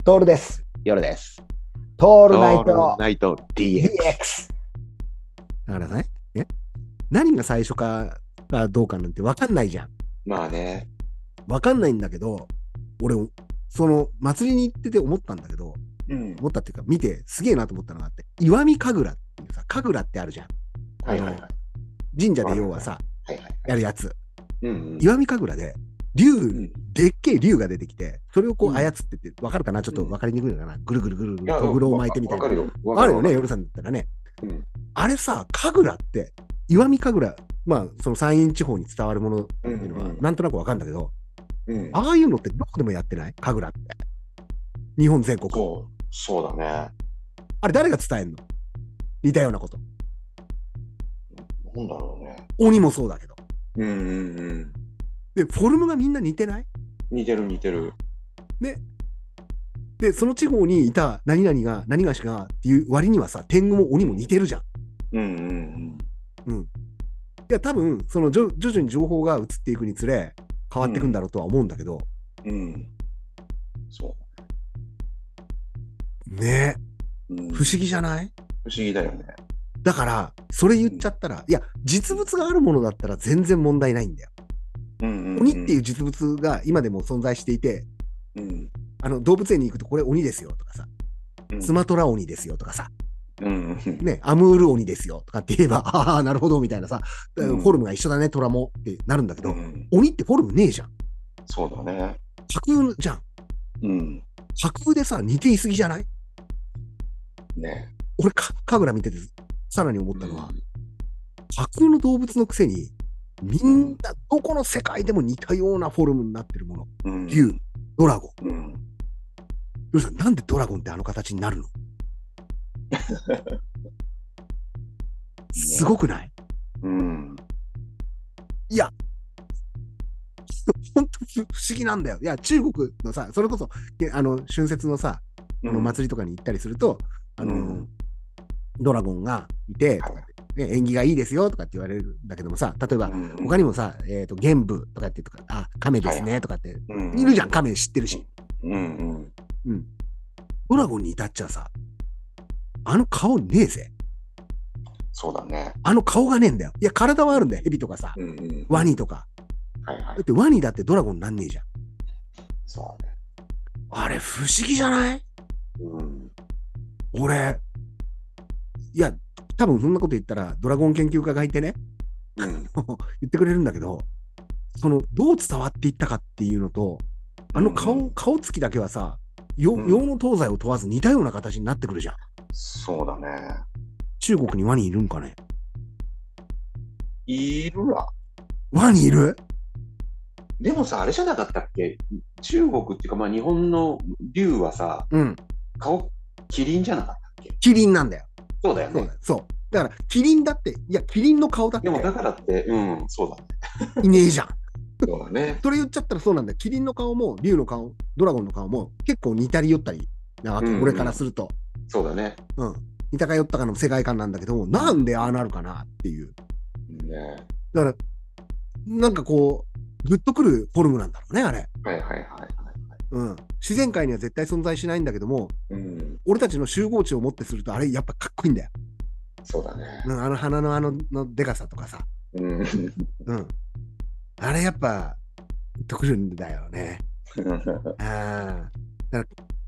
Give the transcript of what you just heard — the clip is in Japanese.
トールです。 夜です。 トールナイオールトナイト DX。 DX。だからね、何が最初かどうかなんて分かんないじゃん。 まあね。 分かんないんだけど、俺、その祭りに行ってて思ったんだけど、 うん。 思ったっていうか、見てすげえなと思ったのがあって、石見神楽っていうさ、神楽ってあるじゃん。 はいはいはい。 神社で要はさ、 はいはいはい。 やるやつ。 うん石見神楽で、でっけえ竜が出てきて、それをこう操ってて、分かるかな、ちょっと分かりにくいのかな。ぐるぐるぐるぐる、とぐろを巻いてみたいな。 わかるよ。 あるよね、夜さんだったらね。あれさ、神楽って、石見神楽、まあ、その山陰地方に伝わるものっていうのは、なんとなく分かるんだけど、ああいうのってどこでもやってない神楽って。日本全国。 そうだね。 あれ誰が伝えんの？似たようなこと。 なんだろうね。 鬼もそうだけど。で、フォルムがみんな似てない？ 似てる。 ね。で、その地方にいた何々が、何がしがっていう割にはさ、天狗も鬼も似てるじゃん。いや、多分、その徐々に情報が移っていくにつれ、変わっていくんだろうとは思うんだけど。 そう。 ね。不思議じゃない？ 不思議だよね。 だから、それ言っちゃったら、いや、実物があるものだったら全然問題ないんだよ。鬼っていう実物が今でも存在していて、動物園に行くとこれ鬼ですよとかさ、スマトラ鬼ですよとかさ、ね、アムール鬼ですよとかって言えば、ああ、なるほどみたいなさ、フォルムが一緒だね、トラもってなるんだけど、鬼ってフォルムねえじゃん。 そうだね。 架空じゃん。架空でさ、似ていすぎじゃない？ ね。 俺、神楽見てて、さらに思ったのは、架空の動物のくせに、みんなどこの世界でも似たようなフォルムになってるもの。竜、ドラゴン。ヨルさん、なんでドラゴンってあの形になるの？すごくない？いや、本当不思議なんだよ。いや、中国のさ、それこそ、春節のさ、祭りとかに行ったりすると、ドラゴンがいて、縁起がいいですよとかって言われるんだけどもさ、例えば、他にもさ、玄武とかってとか、あ、亀ですねとかって、いるじゃん、亀知ってるし。ドラゴンに至っちゃさ、あの顔ねえぜ。 そうだね。 あの顔がねえんだよ。いや、体はあるんだよ。蛇とかさ、ワニとか。だってワニだってドラゴンなんねえじゃん。 そうね。 あれ不思議じゃない？俺、いや、多分そんなこと言ったらドラゴン研究家がいてね、言ってくれるんだけど、そのどう伝わっていったかっていうのと、あの顔つきだけはさ、洋の東西を問わず似たような形になってくるじゃん。 そうだね。 中国にワニいるんかね？ いるわ。 ワニいる？ でもさ、あれじゃなかったっけ？中国っていうか、まあ日本の竜はさ、顔、キリンじゃなかったっけ？ キリンなんだよ。 そうだよね。 そう。だから、キリンだって、いや、キリンの顔だって。 でもだからって、そうだね。 いねえじゃん。 そうだね。 それ言っちゃったらそうなんだよ。キリンの顔も、竜の顔、ドラゴンの顔も結構似たり寄ったりなわけ、俺からすると。 そうだね。 似たか寄ったかの世界観なんだけど、なんでああなるかなっていう。 ね。 だから、なんかこう、グッとくるフォルムなんだろうね、あれ。自然界には絶対存在しないんだけども、俺たちの集合値をもってすると、あれやっぱかっこいいんだよ。 そうだね。 あの鼻のでかさとかさ。あれやっぱ、グッとくるんだよね。だから